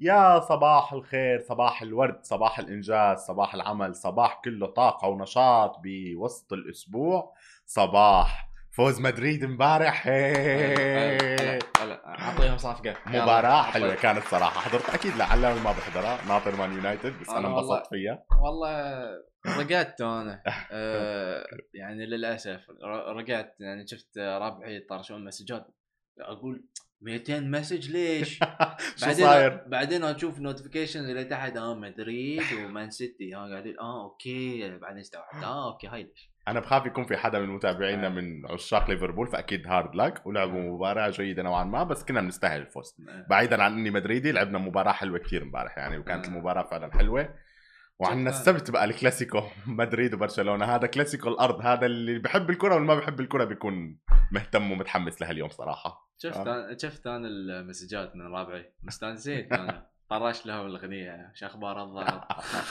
يا صباح الخير، صباح الورد، صباح الإنجاز، صباح العمل، صباح كله طاقة ونشاط بوسط الأسبوع. صباح فوز مدريد امبارح. هلا اعطيهم صفقة يلا مباراة حلوة اعطي. كانت صراحة. حضرت أكيد لعلاوي ما بحضرها، ناطر مان يونايتد، بس أنا انا انبسطت والله فيها. رقدت انا. يعني للاسف رقدت، يعني شفت ربعي يطرشون مسجات، اقول 200 مسج ليش؟ شو بعدين صاير؟ بعدين اشوف نوتيفيكيشن اللي تحت، مدريد ومان سيتي، قاعدين اوكي، بعدين استوعبت اوكي هاي ليش. انا بخاف يكون في حدا من متابعينا آه. من عشاق ليفربول، فاكيد هارد لك ولعبوا آه. مباراه جيده نوعا ما، بس كنا بنستاهل الفوز. آه. بعيدا عن اني مدريدي، لعبنا مباراه حلوه كثير امبارح يعني، وكانت آه. المباراه فعلا حلوه. وعندنا شفت انا. السبت بقى الكلاسيكو مدريد وبرشلونه. هذا كلاسيكو الارض، هذا اللي بحب الكره واللي ما بحب الكره بيكون مهتم ومتحمس لهاليوم صراحه. شفت انا المسجات من ربعي مستانسين، كانوا طرش لهم الاغنيه شو اخبار الضغط.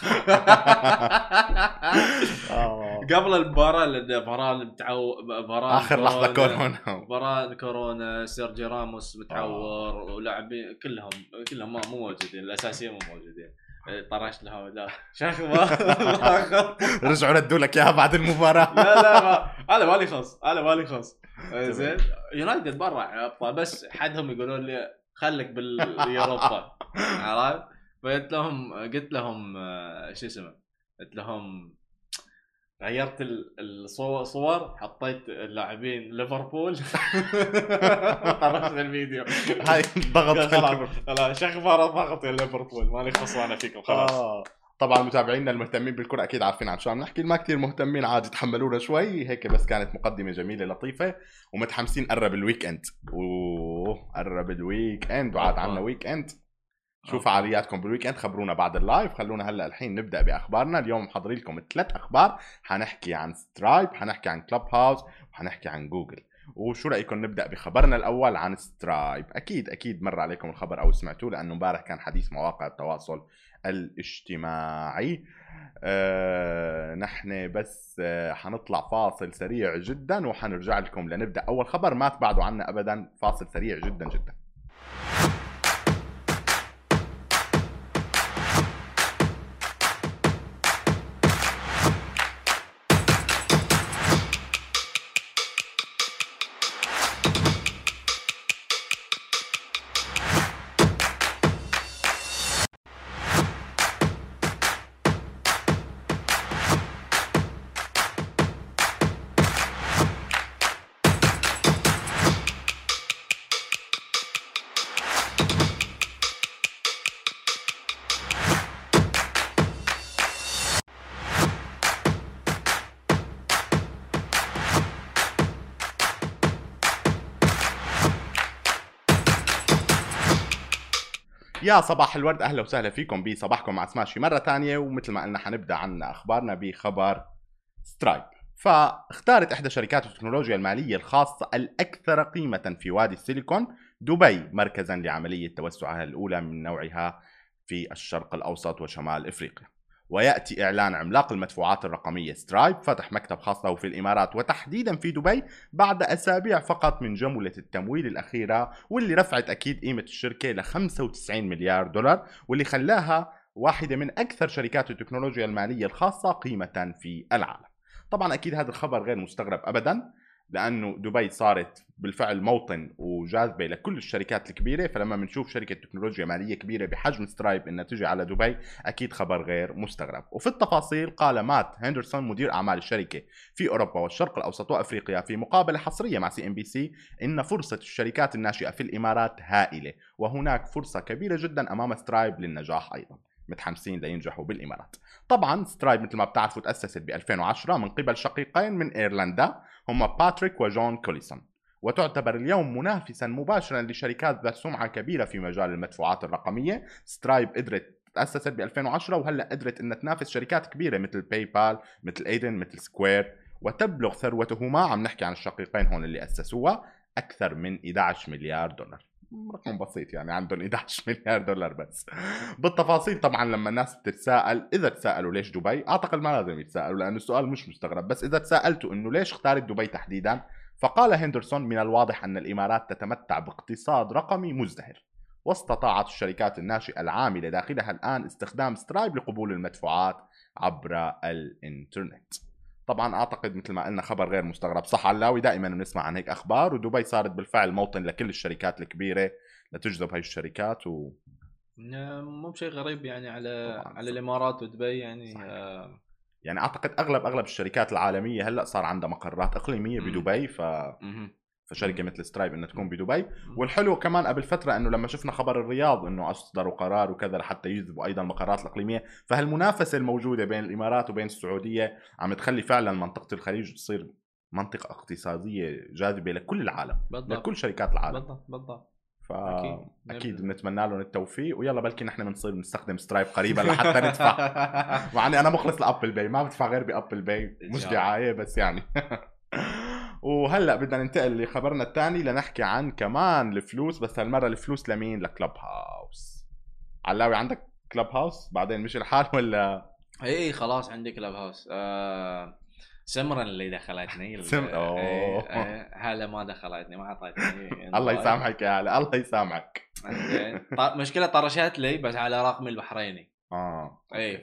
قبل المباراه، لان المباراه مباراه اخر لحظه كورونا، كورونا. مباراه كورونا، سيرجي راموس آه. متعور، ولاعبين كلهم مو موجودين، الاساسيين مو موجودين. طرش لهم لا شو اخبار. رجعوا ردوا لك اياها بعد المباراه. لا انا مالي خص، انا مالي خص. زين. تمام. يونايتد برا ابطال، بس حدهم يقولون لي خليك باليوروبا. عرفت؟ قلت لهم شو اسمه، قلت لهم غيرت الصور، حطيت اللاعبين ليفربول. طرشت الفيديو. هاي قال ضغط خلاص، ليفربول. لا شو اخبار الضغط يا ليفربول، مالي خص انا فيكم خلاص. طبعا متابعينا المهتمين بالكرة اكيد عارفين عن شو عم نحكي، ما كثير مهتمين عادي تحملونا شوي هيك، بس كانت مقدمة جميلة لطيفة ومتحمسين. قرب الويك اند، قرب الويك اند وعاد عنا اوبا ويك اند. شو اوبا. فعالياتكم بالويك اند؟ خبرونا بعد اللايف. خلونا هلا الحين نبدا باخبارنا. اليوم محضرين لكم 3 اخبار. حنحكي عن سترايب، حنحكي عن كلوب هاوس، وحنحكي عن جوجل. وشو رايكم نبدا بخبرنا الاول عن سترايب؟ اكيد مر عليكم الخبر او سمعتوه، لانه امبارح كان حديث مواقع التواصل الاجتماعي. نحن بس حنطلع فاصل سريع جدا وحنرجع لكم لنبدا اول خبر. ما تبعدوا عنا ابدا، فاصل سريع جدا جدا. يا صباح الورد، اهلا وسهلا فيكم بصباحكم مع سماشي مره ثانيه. ومثل ما قلنا حنبدا عنا اخبارنا بخبر سترايب. فاختارت احدى شركات التكنولوجيا الماليه الخاصه الاكثر قيمه في وادي السيليكون دبي مركزا لعمليه توسعها الاولى من نوعها في الشرق الاوسط وشمال افريقيا. وياتي اعلان عملاق المدفوعات الرقميه سترايب فتح مكتب خاص له في الامارات وتحديدا في دبي بعد اسابيع فقط من جمله التمويل الاخيره، واللي رفعت اكيد قيمه الشركه ل 95 مليار دولار، واللي خلاها واحده من اكثر شركات التكنولوجيا الماليه الخاصه قيمه في العالم. طبعا اكيد هذا الخبر غير مستغرب ابدا، لانه دبي صارت بالفعل موطن وجاذبه لكل الشركات الكبيره. فلما بنشوف شركه تكنولوجيا ماليه كبيره بحجم سترايب انها تجي على دبي، اكيد خبر غير مستغرب. وفي التفاصيل قال مات هندرسون مدير اعمال الشركه في اوروبا والشرق الاوسط وافريقيا في مقابله حصريه مع سي ام بي سي ان فرصه الشركات الناشئه في الامارات هائله، وهناك فرصه كبيره جدا امام سترايب للنجاح ايضا. متحمسين لينجحوا بالامارات. طبعا سترايب مثل ما بتعرفوا تاسست ب 2010 من قبل شقيقين من ايرلندا، هم باتريك وجون كوليسون، وتعتبر اليوم منافسا مباشرا لشركات ذات سمعه كبيره في مجال المدفوعات الرقميه. سترايب قدرت تاسست ب 2010 وهلا قدرت انها تنافس شركات كبيره مثل باي بال، مثل ايدن، مثل سكوير، وتبلغ ثروتهما، عم نحكي عن الشقيقين هون اللي اسسوها، اكثر من 11 مليار دولار. رقم بسيط يعني، عندهم 11 مليار دولار بس. بالتفاصيل طبعا لما الناس بتتساءل، اذا تساءلوا ليش دبي، اعتقد ما لازم يتساءلوا لانه السؤال مش مستغرب، بس اذا تساءلتوا انه ليش اختارت دبي تحديدا، فقال هندرسون من الواضح ان الامارات تتمتع باقتصاد رقمي مزدهر، واستطاعت الشركات الناشئة العاملة داخلها الآن استخدام سترايب لقبول المدفوعات عبر الإنترنت. طبعا أعتقد مثل ما قلنا خبر غير مستغرب، صح علاوي؟ دائما بنسمع عن هيك أخبار، ودبي صارت بالفعل موطن لكل الشركات الكبيرة لتجذب هاي الشركات مو بشيء غريب يعني طبعا على الامارات ودبي يعني. يعني اعتقد اغلب الشركات العالميه هلا صار عندها مقرات اقليميه بدبي، فشركه مثل سترايب انها تكون بدبي. والحلو كمان قبل فتره انه لما شفنا خبر الرياض انه اصدروا قرار وكذا لحتى يجذبوا ايضا المقرات الاقليميه، فهالمنافسه الموجوده بين الامارات وبين السعوديه عم تخلي فعلا منطقه الخليج تصير منطقه اقتصاديه جاذبه لكل العالم، بالضبط. لكل شركات العالم. بالضبط. اكيد بنتمنى لهم التوفيق، ويلا بلكي نحن بنصير نستخدم سترايب قريبا لحتى ندفع. مع اني انا مخلص لابل باي، ما بدفع غير بابل باي، مش دعايه بس يعني. وهلا بدنا ننتقل لخبرنا الثاني لنحكي عن كمان الفلوس، بس هالمره الفلوس لمين؟ لكلب هاوس. علاوي عندك كلب هاوس بعدين مش الحال ولا؟ اي خلاص عندي كلاب هاوس. سمرا اللي دخلتني هلا ما دخلتني، ما اعطتني. الله يسامحك يا هلا، الله يسامحك. زين مشكله طرشت لي بس على رقمي البحريني. اي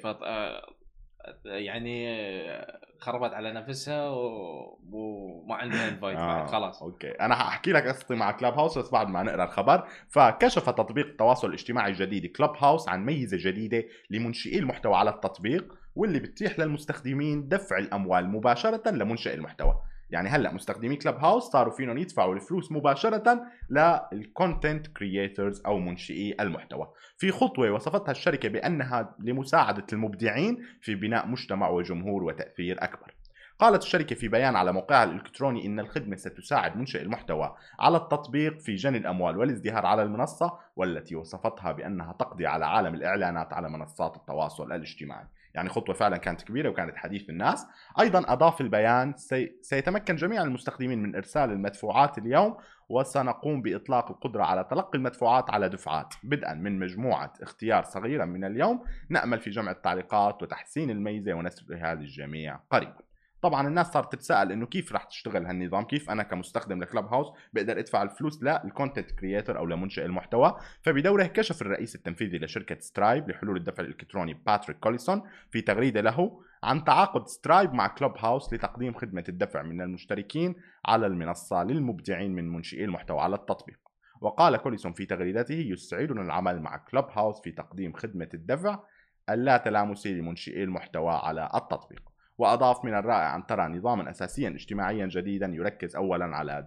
يعني خربت على نفسها وما عندها انفايت بعد خلاص. اوكي، انا حاحكي لك قصتي مع كلاب هاوس بس بعد ما نقرا الخبر. فكشف تطبيق التواصل الاجتماعي الجديد كلاب هاوس عن ميزه جديده لمنشئي المحتوى على التطبيق، واللي بتتيح للمستخدمين دفع الاموال مباشره لمنشئ المحتوى. يعني هلا مستخدمي كلاب هاوس صاروا فيهم يدفعوا الفلوس مباشره للكونتنت كرييترز او منشئي المحتوى، في خطوه وصفتها الشركه بانها لمساعده المبدعين في بناء مجتمع وجمهور وتاثير اكبر. قالت الشركة في بيان على موقعها الإلكتروني إن الخدمة ستساعد منشئ المحتوى على التطبيق في جني الأموال والازدهار على المنصة، والتي وصفتها بأنها تقضي على عالم الإعلانات على منصات التواصل الاجتماعي. يعني خطوة فعلا كانت كبيرة وكانت حديث الناس. أيضا أضاف البيان سيتمكن جميع المستخدمين من إرسال المدفوعات اليوم، وسنقوم بإطلاق القدرة على تلقي المدفوعات على دفعات بدءا من مجموعة اختيار صغيرة من اليوم. نأمل في جمع التعليقات وتحسين الميزة ونشرها للجميع قريبا. طبعا الناس صارت تتساءل انه كيف رح تشتغل هالنظام، كيف انا كمستخدم لكلاب هاوس بقدر ادفع الفلوس للكونتنت كرييتر او لمنشئ المحتوى. فبدوره كشف الرئيس التنفيذي لشركه سترايب لحلول الدفع الالكتروني باتريك كوليسون في تغريده له عن تعاقد سترايب مع كلاب هاوس لتقديم خدمه الدفع من المشتركين على المنصه للمبدعين من منشئي المحتوى على التطبيق. وقال كوليسون في تغريدته: يسعدنا العمل مع كلاب هاوس في تقديم خدمه الدفع اللا تلامسي لمنشئي المحتوى على التطبيق. وأضاف: من الرائع أن ترى نظاما أساسيا اجتماعيا جديدا يركز أولا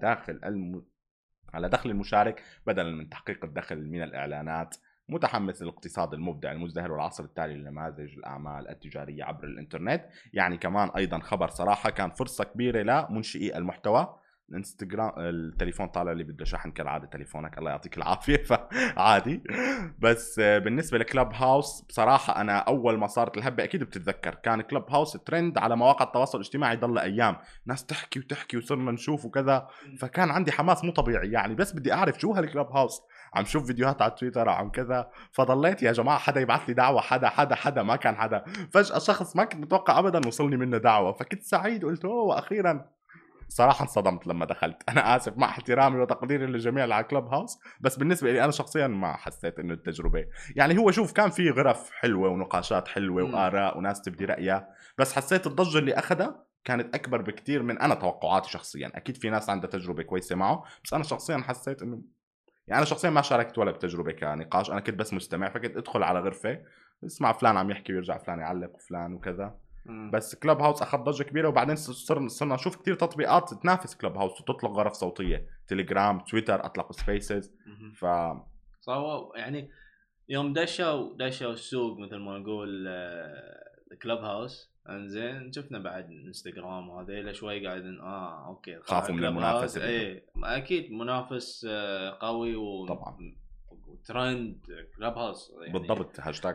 على دخل المشارك بدلا من تحقيق الدخل من الإعلانات. متحمس للاقتصاد المبدع المزدهر والعصر التالي لنماذج الأعمال التجارية عبر الإنترنت. يعني كمان أيضا خبر صراحة كان فرصة كبيرة لمنشئي المحتوى. الانستغرام التليفون طالع لي بده شحن كالعاده، تليفونك الله يعطيك العافيه فعادي. بس بالنسبه لكلاب هاوس بصراحه انا اول ما صارت الهبه اكيد بتتذكر كان كلاب هاوس ترند على مواقع التواصل الاجتماعي ضل ايام، ناس تحكي وتحكي وصرنا نشوف وكذا، فكان عندي حماس مو طبيعي يعني، بس بدي اعرف شو هالكلاب هاوس. عم شوف فيديوهات على تويتر عم كذا، فضليت يا جماعه حدا يبعث لي دعوه، حدا ما كان حدا. فجاه شخص ما كنت متوقع ابدا وصلني منه دعوه، فكنت سعيد قلت اوه واخيرا. صراحة انصدمت لما دخلت. أنا آسف مع احترامي وتقديري للجميع على كلوب هاوس، بس بالنسبة لي أنا شخصيا ما حسيت إنه التجربة يعني هو شوف كان في غرف حلوة ونقاشات حلوة وآراء وناس تبدي رأيها، بس حسيت الضجة اللي أخذها كانت أكبر بكتير من أنا توقعاتي شخصيا. أكيد في ناس عندها تجربة كويسة معه، بس أنا شخصيا حسيت إنه يعني أنا شخصيا ما شاركت ولا بتجربة كنقاش، أنا كنت بس مستمع، فكنت أدخل على غرفة اسمع فلان عم يحكي ويرجع فلان يعلق وفلان وكذا. بس كلوب هاوس اخذ ضجه كبيره، وبعدين صرنا نشوف كثير تطبيقات تنافس كلوب هاوس وتطلق غرف صوتيه، تليجرام، تويتر اطلقوا سبيسز. ف صاروا يعني يوم دشوا السوق مثل ما نقول كلوب هاوس، انزين شفنا بعد انستغرام وهذيلا شوي قاعدين اوكي خافوا من المنافسه. ايه اكيد منافس قوي طبعا وترند كلوب هاوس يعني بالضبط هاشتاج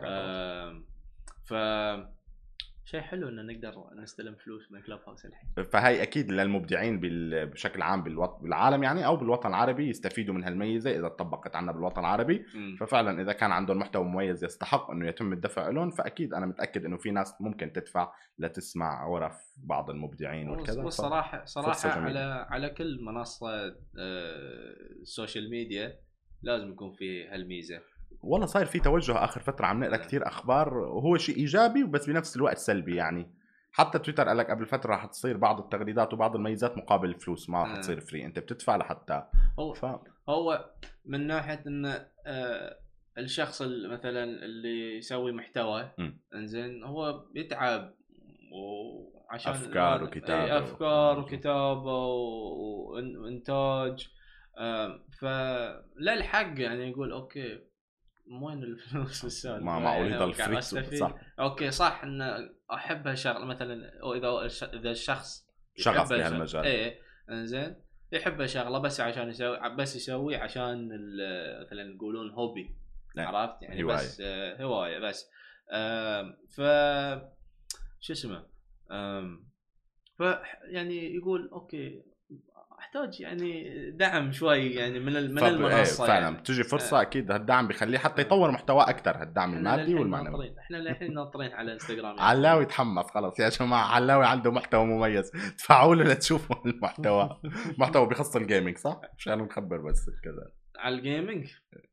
ف شيء حلو ان نقدر نستلم فلوس من كلوب هاوس الحين. فهي اكيد للمبدعين بشكل عام بالعالم يعني او بالوطن العربي يستفيدوا من هالميزه اذا طبقت عنا بالوطن العربي. ففعلا اذا كان عندهم محتوى مميز يستحق انه يتم الدفع لهم، فاكيد انا متاكد انه في ناس ممكن تدفع لتسمع غرف بعض المبدعين وكذا. والصراحه على كل منصه السوشيال ميديا لازم يكون في هالميزه. والله صاير في توجه اخر فتره، عم نقرا كثير اخبار وهو شيء ايجابي وبس بنفس الوقت سلبي. يعني حتى تويتر قال لك قبل فتره رح تصير بعض التغريدات وبعض الميزات مقابل الفلوس، ما رح تصير فري، انت بتدفع لحتى هو هو من ناحيه ان الشخص مثلا اللي يسوي محتوى انزين هو بيتعب وعشان افكار وكتابه افكار وكتابه وانتاج، فلا الحق يعني يقول اوكي وين الفلوس السالفه؟ ما معقول يعني يضل فري صح. اوكي صح ان احب هالشغله مثلا، او اذا الشخص شغف بهالمجال ايه انزين يحب شغله بس عشان يسوي عشان مثلا يقولون هوبي، عرفت يعني هواية. بس هوايه بس ف شو اسمه ف يعني يقول اوكي احتاج يعني دعم شوي يعني من المنصه. فعلا يعني بتجي فرصه اكيد هالدعم بيخليه حتى يطور محتوى اكثر، هالدعم المادي والمعنوي. احنا للحين ناطرين على انستغرام. علاوي تحمس خلص يا جماعه، علاوي عنده محتوى مميز، تدفعوا له لتشوفوا المحتوى. محتوى بيخص الجيمنج صح؟ مشان نخبر بس كذا على الجيمنج.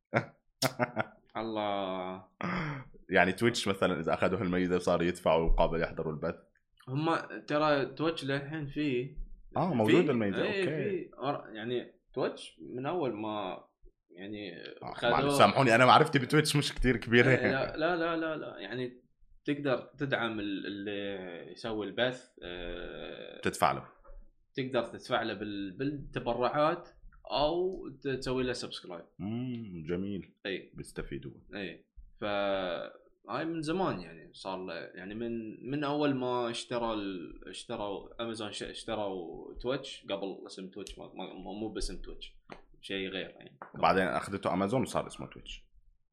الله يعني تويتش مثلا اذا اخذوا هالميزه وصاروا يدفعوا مقابل يحضروا البث. هم ترى تويتش للحين فيه موجود الميزه. اوكي في يعني تويتش من اول ما يعني سامحوني انا معرفتي بتويتش مش كتير كبيره. لا لا لا لا لا يعني تقدر تدعم اللي يسوي البث، تدفع له، تقدر تدفع له بالتبرعات او تسوي له سبسكرايب. جميل. اي بيستفيدوا. اي ف هاي من زمان يعني صار له يعني من اول ما اشتروا امازون اشتروا تويتش قبل اسم تويتش مو باسم تويتش شيء غير يعني. وبعدين اخذته امازون وصار اسمه تويتش.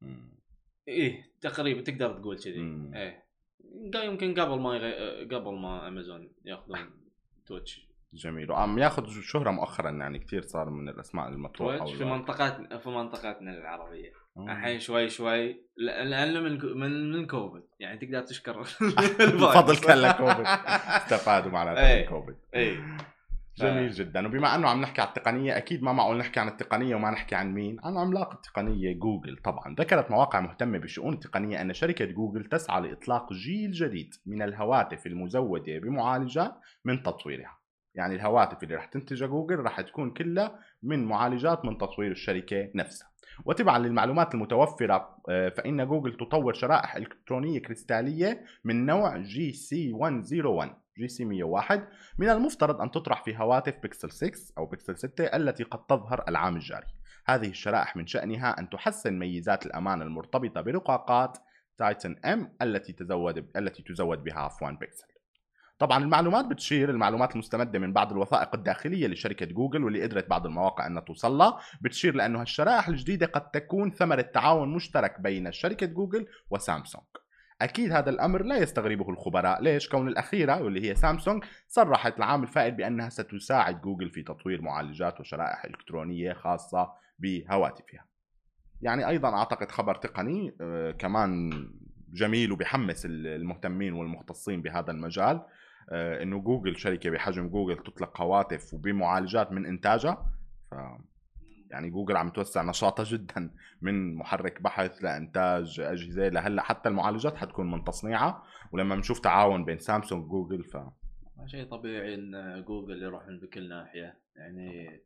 ايه تقريبا تقدر تقول كذي. ايه يمكن قبل ما امازون ياخذون تويتش. جميل. وعم ياخذ شهرة مؤخرا يعني كثير صار من الاسماء المطروحة في منطقتنا العربية الحين شوي لانه من كوفيد يعني تقدر تشكر الفضل كان لكوفيد، استفادوا معناته من كوفيد. جميل جدا. وبما انه عم نحكي عن التقنيه اكيد ما معقول نحكي عن التقنيه وما نحكي عن مين، عن عملاق التقنيه جوجل. طبعا ذكرت مواقع مهتمه بالشؤون التقنيه ان شركه جوجل تسعى لاطلاق جيل جديد من الهواتف المزوده بمعالجات من تطويرها. يعني الهواتف اللي رح تنتجها جوجل رح تكون كلها من معالجات من تطوير الشركه نفسها. وتبعا للمعلومات المتوفره فان جوجل تطور شرائح الكترونيه كريستاليه من نوع GC101 GC101 من المفترض أن تطرح في هواتف بيكسل 6 أو بيكسل 6 التي قد تظهر العام الجاري. هذه الشرائح من شأنها أن تحسن ميزات الأمان المرتبطة برقاقات تايتن M التي تزود بها بيكسل. طبعا المعلومات المستمدة من بعض الوثائق الداخلية لشركة جوجل واللي قدرت بعض المواقع أن توصل لها بتشير لأنه هالشرائح الجديدة قد تكون ثمرة تعاون مشترك بين شركة جوجل وسامسونج. أكيد هذا الأمر لا يستغربه الخبراء، ليش؟ كون الأخيرة واللي هي سامسونج صرحت العام الفائت بأنها ستساعد جوجل في تطوير معالجات وشرائح إلكترونية خاصة بهواتفها. يعني أيضا أعتقد خبر تقني كمان جميل وبيحمس المهتمين والمختصين بهذا المجال، إنه جوجل شركة بحجم جوجل تطلق هواتف وبمعالجات من إنتاجها. يعني جوجل عم توسع نشاطها جدا من محرك بحث لانتاج اجهزه لهلا، حتى المعالجات حتكون من تصنيعها. ولما بنشوف تعاون بين سامسونج وجوجل شيء طبيعي ان جوجل يروحون بكل ناحيه يعني.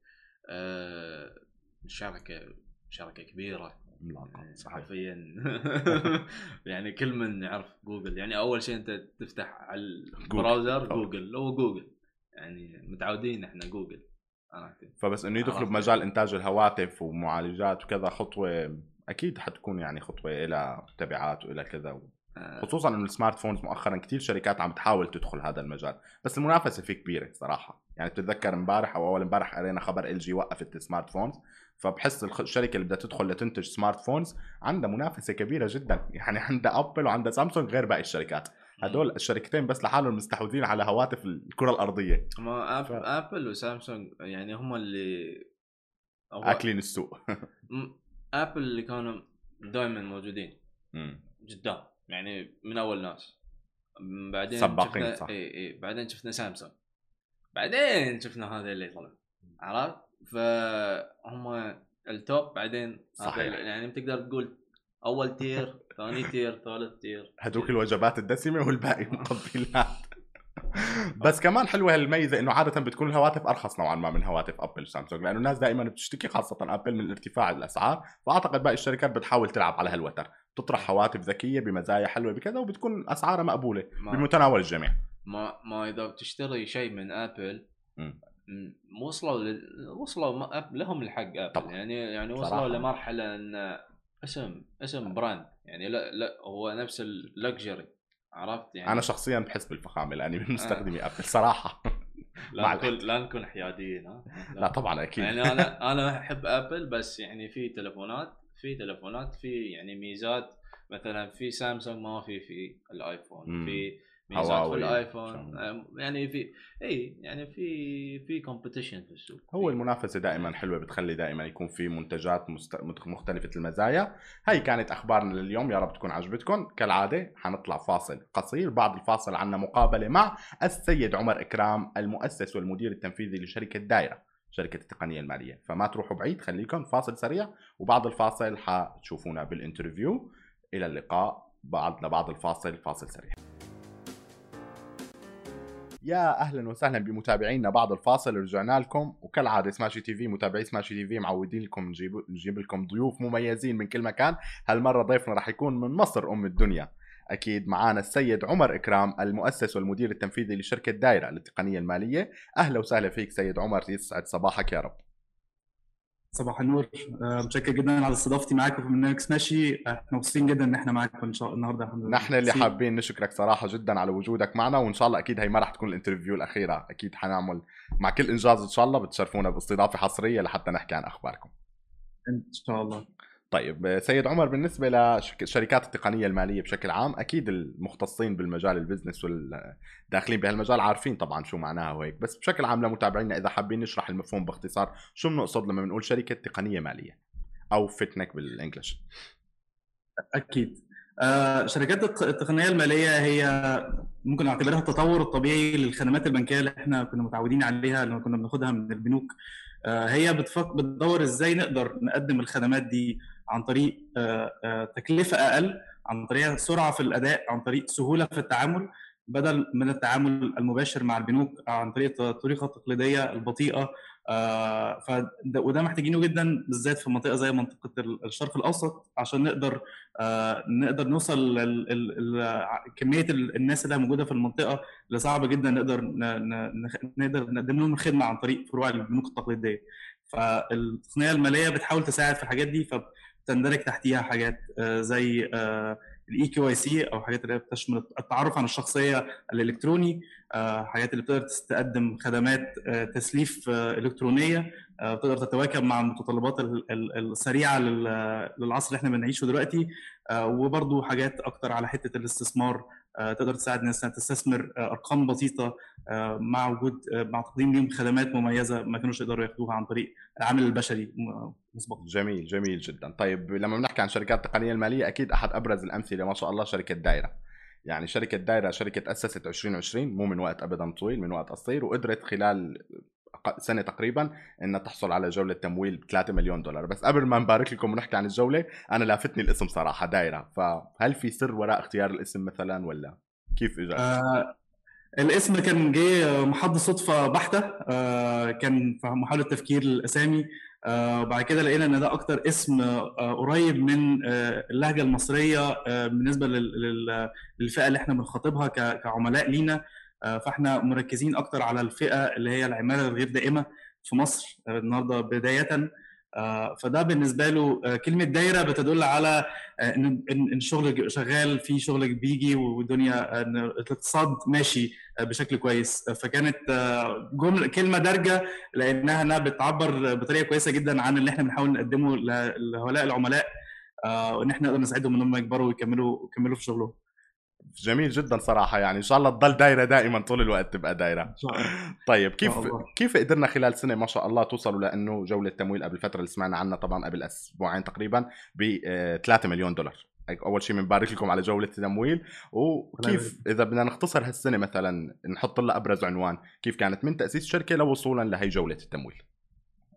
شركه كبيره يعني حرفيا. يعني كل من يعرف جوجل يعني اول شيء انت تفتح على البراوزر جوجل هو جوجل يعني متعودين احنا جوجل. فبس انه يدخلوا بمجال انتاج الهواتف ومعالجات وكذا خطوه اكيد حتكون يعني خطوه الى تبعات والى كذا. خصوصا انه السمارت فونز مؤخرا كثير شركات عم تحاول تدخل هذا المجال، بس المنافسه فيه كبيره صراحه. يعني بتتذكر امبارح او اول امبارح قرينا خبر LG وقفت السمارت فونز، فبحس الشركه اللي بدها تدخل لتنتج سمارت فونز عندها منافسه كبيره جدا. يعني عندها ابل وعندها سامسونج غير باقي الشركات. هدول الشركتين بس لحالهم مستحوذين على هواتف الكره الارضيه. ما ابل وسامسونج يعني هم اللي اكلين السوق. ابل اللي كانوا دائما موجودين قدام يعني من اول ناس. بعدين سباقين صح. اي بعدين شفنا سامسونج، بعدين شفنا هذا اللي طلع، عرفت؟ فهم التوب بعدين صحيح. يعني بتقدر تقول اول تير، ثاني تير، ثالث تير، هدوك الوجبات الدسمه والباقي مقبلات. بس كمان حلوه هالميزه انه عاده بتكون الهواتف ارخص نوعا ما من هواتف ابل وسامسونج، لانه الناس دائما بتشتكي خاصه ابل من ارتفاع الاسعار، فاعتقد باقي الشركات بتحاول تلعب على هالوتر، تطرح هواتف ذكيه بمزايا حلوه بكذا، وبتكون اسعارها مقبوله بمتناول الجميع. ما اذا بتشتري شيء من ابل م. وصلوا لهم الحق ابل طبعا. يعني وصلوا صراحة. لمرحله ان اسم براند، يعني لا هو نفس اللكجري، عرفت يعني. انا شخصيا بحس بالفخامه لاني من مستخدمي ابل صراحه. لا نكون حياديين ها. لا طبعا اكيد. يعني انا احب ابل، بس يعني في تلفونات في يعني ميزات، مثلا في سامسونج ما في الايفون، في ميزات في الايفون، يعني في يعني في كومبيتيشن في السوق. هو المنافسه دائما حلوه، بتخلي دائما يكون في منتجات مختلفه المزايا. هاي كانت اخبارنا لليوم، يا رب تكون عجبتكم. كالعاده حنطلع فاصل قصير، بعد الفاصل عنا مقابله مع السيد عمر إكرام، المؤسس والمدير التنفيذي لشركه دايره، شركه التقنيه الماليه. فما تروحوا بعيد، خليكم فاصل سريع، وبعد الفاصل حتشوفونا بالانترفيو. الى اللقاء بعد الفاصل، فاصل سريع. يا اهلا وسهلا بمتابعينا بعد الفاصل، رجعنا لكم. وكالعاده سماشي تي في، متابعي سماشي تي في معودين لكم نجيب لكم ضيوف مميزين من كل مكان. هالمره ضيفنا راح يكون من مصر ام الدنيا، اكيد معانا السيد عمر إكرام، المؤسس والمدير التنفيذي لشركه دايره للتقنيه الماليه. اهلا وسهلا فيك سيد عمر، يسعد صباحك يا رب. صباح النور. متشكر جدا على استضافتي معاكم في برنامج سماشي. احنا مبسوطين جدا ان احنا معاكم ان شاء الله النهارده. نحن اللي حابين نشكرك صراحه جدا على وجودك معنا، وان شاء الله اكيد هي ما راح تكون الانترفيو الاخيره، اكيد حنعمل مع كل انجاز ان شاء الله بتشرفونا باستضافه حصريه لحتى نحكي عن اخباركم ان شاء الله. طيب سيد عمر، بالنسبه لشركات التقنيه الماليه بشكل عام، اكيد المختصين بالمجال البزنس والداخلين بهالمجال عارفين طبعا شو معناها وهيك، بس بشكل عام لمتابعينا اذا حابين نشرح المفهوم باختصار، شو بنقصد لما بنقول شركه تقنيه ماليه او فتنك بالانجلش؟ اكيد. شركات التقنيه الماليه هي ممكن نعتبرها التطور الطبيعي للخدمات البنكيه اللي احنا كنا متعودين عليها، اللي كنا بناخدها من البنوك. هي بتدور ازاي نقدر نقدم الخدمات دي عن طريق تكلفه اقل، عن طريق سرعه في الاداء، عن طريق سهوله في التعامل، بدل من التعامل المباشر مع البنوك عن طريق الطريقه التقليديه البطيئه. وده محتاجينه جدا بالذات في منطقه زي منطقه الشرق الاوسط، عشان نقدر نوصل كميه الناس اللي موجوده في المنطقه اللي صعب جدا نقدر نقدم لهم الخدمه عن طريق فروع البنوك التقليديه. فالتقنيه الماليه بتحاول تساعد في الحاجات دي، فبتندرج تحتيها حاجات زي الاي كيو اي سي، او حاجات اللي بتشمل التعرف عن الشخصيه الالكتروني، حاجات اللي بتقدر تقدم خدمات تسليف الكترونيه بتقدر تتواكب مع المتطلبات السريعه للعصر اللي احنا بنعيشه دلوقتي، وبرضو حاجات اكتر على حته الاستثمار، تقدر تساعد الناس تستثمر ارقام بسيطه مع تقديم لهم خدمات مميزه ما كانوش يقدروا ياخدوها عن طريق العامل البشري مسبقا. جميل جميل جدا. طيب لما بنحكي عن شركات التقنيه الماليه، اكيد احد ابرز الامثله ما شاء الله شركه دايره. يعني شركه دايره شركه تاسست 2020، مو من وقت ابدا طويل، من وقت قصير، وقدرت خلال سنه تقريبا انها تحصل على جوله تمويل ب 3 مليون دولار. بس قبل ما نبارك لكم ونحكي عن الجوله، انا لافتني الاسم صراحه دايره، فهل في سر وراء اختيار الاسم مثلا، ولا كيف اجى؟ الاسم كان جه محض صدفه بحته، كان في محاوله تفكير الاسامي، وبعد كده لقينا ان ده اكتر اسم قريب من اللهجه المصريه بالنسبه للفئه اللي احنا بنخاطبها كعملاء لينا. فاحنا مركزين اكتر على الفئه اللي هي العماله الغير دائمه في مصر النهارده بدايه. فده بالنسبه له كلمه دايره بتدل على ان الشغل شغال، في شغل بيجي، والدنيا الاقتصاد ماشي بشكل كويس. فكانت كلمه دارجه لانها بتعبر بطريقه كويسه جدا عن اللي احنا بنحاول نقدمه لهؤلاء العملاء، وان احنا نقدر نساعدهم انهم يكبروا ويكملوا في شغلهم. جميل جدا صراحة، يعني إن شاء الله تضل دايرة دائما طول الوقت تبقى دايرة. طيب كيف قدرنا خلال سنة ما شاء الله توصلوا لأنه جولة تمويل قبل فترة اللي سمعنا عنها طبعا قبل أسبوعين تقريبا ب 3 مليون دولار؟ أول شيء بنبارك لكم على جولة التمويل. وكيف إذا بدنا نختصر هالسنة مثلا، نحط لها أبرز عنوان، كيف كانت من تأسيس شركة لوصولا لهي جولة التمويل؟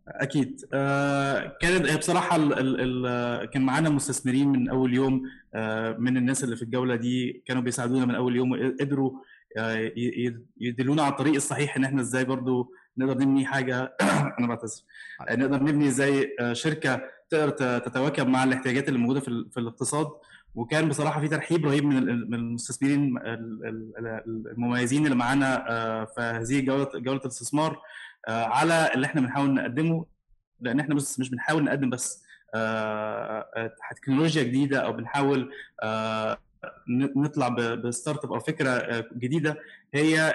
اكيد. كانت بصراحه كان معانا مستثمرين من اول يوم. من الناس اللي في الجوله دي كانوا بيساعدونا من اول يوم، وقدروا يدلونا على الطريق الصحيح ان احنا ازاي برضو نقدر نبني حاجه انا بعتذر، نقدر نبني ازاي شركه تقدر تتواكب مع الاحتياجات اللي موجوده في الاقتصاد. وكان بصراحه في ترحيب رهيب من المستثمرين المميزين اللي معانا في هذه جوله الاستثمار على اللي احنا بنحاول نقدمه. لان احنا بس مش بنحاول نقدم بس تكنولوجيا جديده، او بنحاول نطلع بستارت اب او فكره جديده هي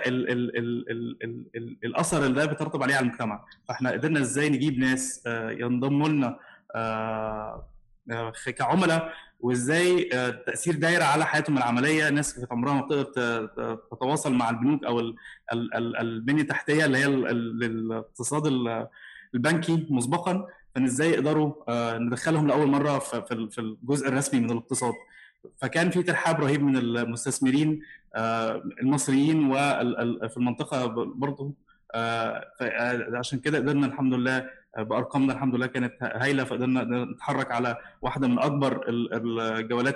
الاثر اللي ده بيترتب عليه على المجتمع. فاحنا قدرنا ازاي نجيب ناس ينضموا لنا كعملاء، وازاي تاثير دايره على حياتهم العمليه. ناس كانت عمرها ما بتقدر تتواصل مع البنوك او البنيه التحتيه اللي هي الاقتصاد البنكي مسبقا، فان ازاي يقدروا ندخلهم لاول مره في الجزء الرسمي من الاقتصاد. فكان في ترحاب رهيب من المستثمرين المصريين وفي المنطقه برضه. عشان كده قدرنا الحمد لله بارقامنا الحمد لله كانت هايله، فقدرنا نتحرك على واحده من اكبر الجولات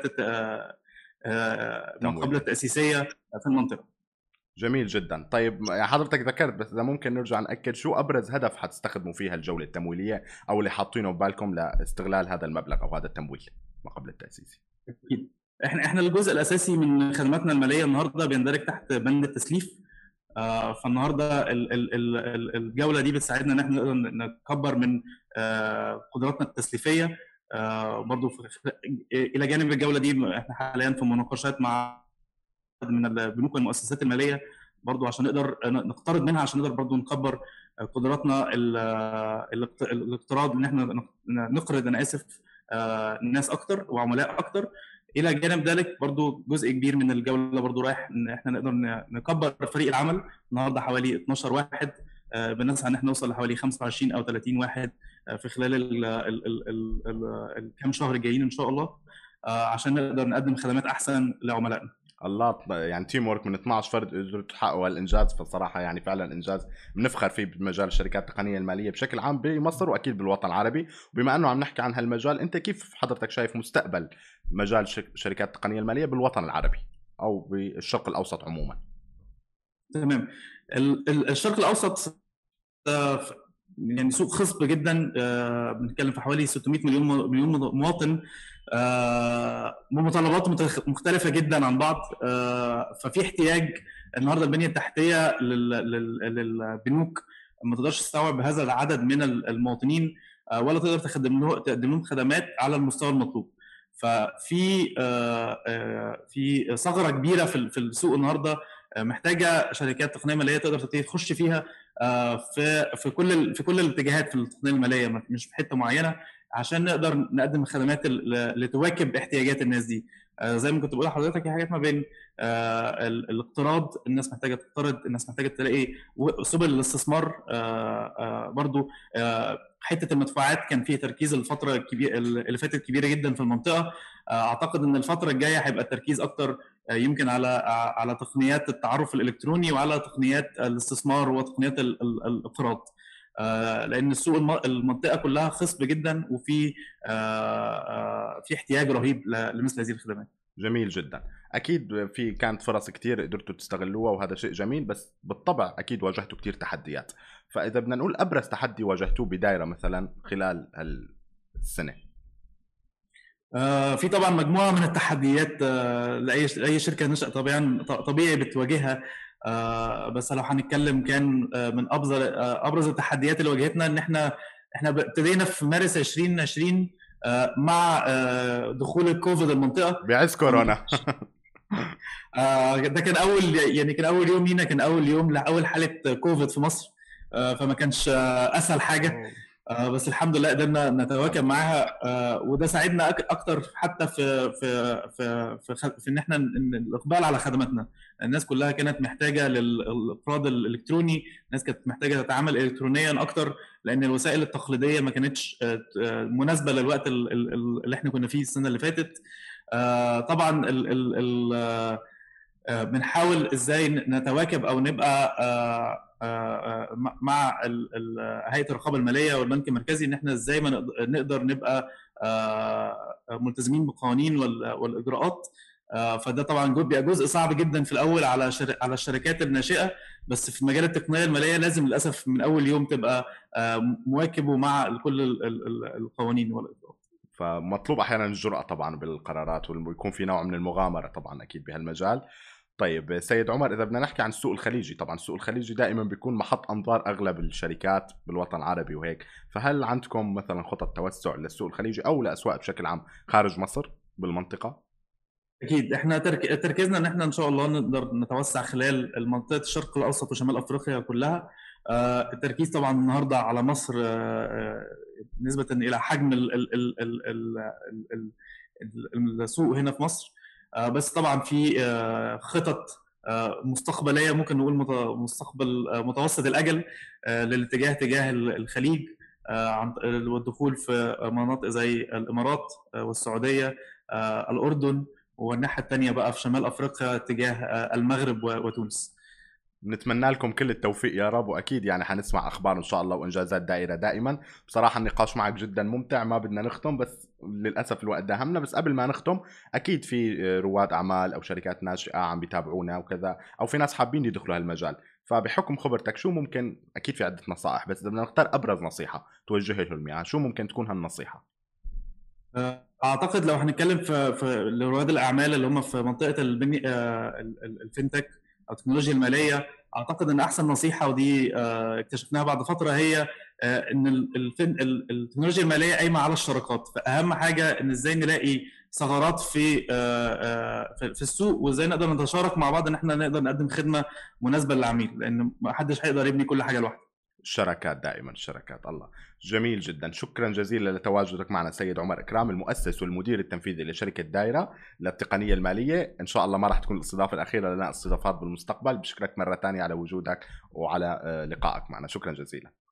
ما قبل التاسيسيه في المنطقه. جميل جدا. طيب حضرتك ذكرت، بس اذا ممكن نرجع ناكد، شو ابرز هدف حتستخدموا فيها الجوله التمويليه او اللي حاطينه ببالكم لاستغلال هذا المبلغ او هذا التمويل ما قبل التاسيس؟ اكيد احنا الجزء الاساسي من خدماتنا الماليه النهارده بيندرج تحت بند التسليف. فالنهارده الجوله دي بتساعدنا ان احنا نقدر نكبر من قدراتنا التسليفيه. برضو الى جانب الجوله دي احنا حاليا في مناقشات مع من البنوك والمؤسسات الماليه برضو عشان نقدر نقترض منها، عشان نقدر برضو نكبر قدراتنا الاقتراض، ان احنا نقرض الناس اكتر وعملاء اكتر. الى جانب ذلك برضو جزء كبير من الجوله برضو رايح ان احنا نقدر نكبر فريق العمل. النهارده حوالي 12 واحد، بنسعى ان احنا نوصل لحوالي 25 او 30 واحد في خلال الكام شهر الجايين ان شاء الله، عشان نقدر نقدم خدمات احسن لعملائنا. الله، يعني تيم ورك من 12 فرد قدروا تحققوا هالانجاز. فالصراحه يعني فعلا انجاز بنفخر فيه بمجال الشركات التقنيه الماليه بشكل عام بمصر واكيد بالوطن العربي. وبما انه عم نحكي عن هالمجال، انت كيف حضرتك شايف مستقبل مجال شركات التقنيه الماليه بالوطن العربي او بالشرق الاوسط عموما؟ تمام. الشرق الاوسط يعني سوق خصب جدا، بنتكلم في حوالي 600 مليون مواطن، بمتطلبات مختلفه جدا عن بعض. ففي احتياج النهارده البنيه التحتيه للبنوك ما تقدرش تستوعب هذا العدد من المواطنين، ولا تقدر تقدم لهم خدمات على المستوى المطلوب. ففي في ثغره كبيره في السوق النهارده، محتاجه شركات تقنيه ماليه تقدر تبتدي تخش فيها في كل الاتجاهات في التقنيه الماليه، مش في حته معينه، عشان نقدر نقدم الخدمات اللي تواكب احتياجات الناس دي. زي ما كنت بقول لحضرتك، هي حاجات ما بين الاقتراض، الناس محتاجه تقترض، الناس محتاجه تلاقي سبل الاستثمار. برضو حته المدفوعات كان فيه تركيز الفتره اللي فاتت كبيره جدا في المنطقه. اعتقد ان الفتره الجايه هيبقى التركيز اكتر يمكن على تقنيات التعرف الالكتروني وعلى تقنيات الاستثمار وتقنيات الاقتراض، لان السوق المنطقه كلها خصب جدا، وفي في احتياج رهيب لمثل هذه الخدمات. جميل جدا. اكيد كانت فرص كتير قدرتوا تستغلوها وهذا شيء جميل، بس بالطبع اكيد واجهتوا كتير تحديات. فاذا بدنا نقول ابرز تحدي واجهتوه بدايره مثلا خلال السنه؟ في طبعا مجموعه من التحديات لاي شركه نشأ طبيعي بتواجهها. بس لو هنتكلم كان من ابرز التحديات اللي واجهتنا ان احنا ابتدينا في مارس 2020 مع دخول الكوفيد المنطقه بعز كورونا. ده كان اول يوم لينا، كان اول يوم لاول حاله كوفيد في مصر. فما كانش اسهل حاجه، بس الحمد لله قدرنا نتواكب معاها. وده ساعدنا اكتر حتى في ان احنا الاقبال على خدماتنا. الناس كلها كانت محتاجه للاقراض الالكتروني، الناس كانت محتاجه تتعامل الكترونيا اكتر، لان الوسائل التقليديه ما كانتش مناسبه للوقت اللي احنا كنا فيه السنه اللي فاتت. طبعا بنحاول ازاي نتواكب او نبقى مع هيئه الرقابه الماليه والبنك المركزي ان احنا ازاي ما نقدر نبقى ملتزمين بالقوانين والاجراءات. فده طبعا بيبقى جزء صعب جدا في الاول على الشركات الناشئه، بس في مجال التقنيه الماليه لازم للاسف من اول يوم تبقى مواكب ومع كل القوانين والاجراءات. فمطلوب احيانا الجرأة طبعا بالقرارات، ويكون في نوع من المغامرة طبعا اكيد بهالمجال. طيب سيد عمر، اذا بدنا نحكي عن السوق الخليجي، طبعا السوق الخليجي دائما بيكون محط انظار اغلب الشركات بالوطن العربي وهيك، فهل عندكم مثلا خطط توسع للسوق الخليجي او لاسواق بشكل عام خارج مصر بالمنطقة؟ اكيد احنا تركيزنا ان احنا ان شاء الله نقدر نتوسع خلال منطقه الشرق الاوسط وشمال افريقيا كلها. التركيز طبعا النهارده على مصر نسبه الى حجم السوق هنا في مصر. بس طبعا في خطط مستقبليه، ممكن نقول مستقبل متوسط الاجل للاتجاه تجاه الخليج، والدخول في مناطق زي الامارات والسعوديه، الاردن، والناحيه الثانيه بقى في شمال افريقيا تجاه المغرب وتونس. نتمنى لكم كل التوفيق يا رب، واكيد يعني حنسمع اخبار ان شاء الله وانجازات دائره دائما. بصراحه النقاش معك جدا ممتع، ما بدنا نختم بس للاسف الوقت داهمنا. بس قبل ما نختم، اكيد في رواد اعمال او شركات ناشئه عم بيتابعونا وكذا، او في ناس حابين يدخلوا هالمجال، فبحكم خبرتك شو ممكن، اكيد في عده نصائح، بس اذا بدنا نختار ابرز نصيحه توجه لهم اياها، شو ممكن تكون هالنصيحه؟ اعتقد لو هنتكلم في رواد الاعمال اللي هم في منطقه الفinTech او التكنولوجيا الماليه، اعتقد ان احسن نصيحه، ودي اكتشفناها بعد فتره، هي ان التكنولوجيا الماليه قايمه على الشراكات. فاهم حاجه ان ازاي نلاقي ثغرات في السوق، وازاي نقدر نتشارك مع بعض ان احنا نقدر نقدم خدمه مناسبه للعميل، لان ما حدش هيقدر يبني كل حاجه لوحده. الشراكات دائما، الشراكات. الله، جميل جدا. شكرا جزيلا لتواجدك معنا سيد عمر إكرام، المؤسس والمدير التنفيذي لشركة دائرة للتقنية المالية. إن شاء الله ما راح تكون الاستضافة الأخيرة لنا استضافات بالمستقبل. بشكرك مرة ثانية على وجودك وعلى لقائك معنا. شكرا جزيلا.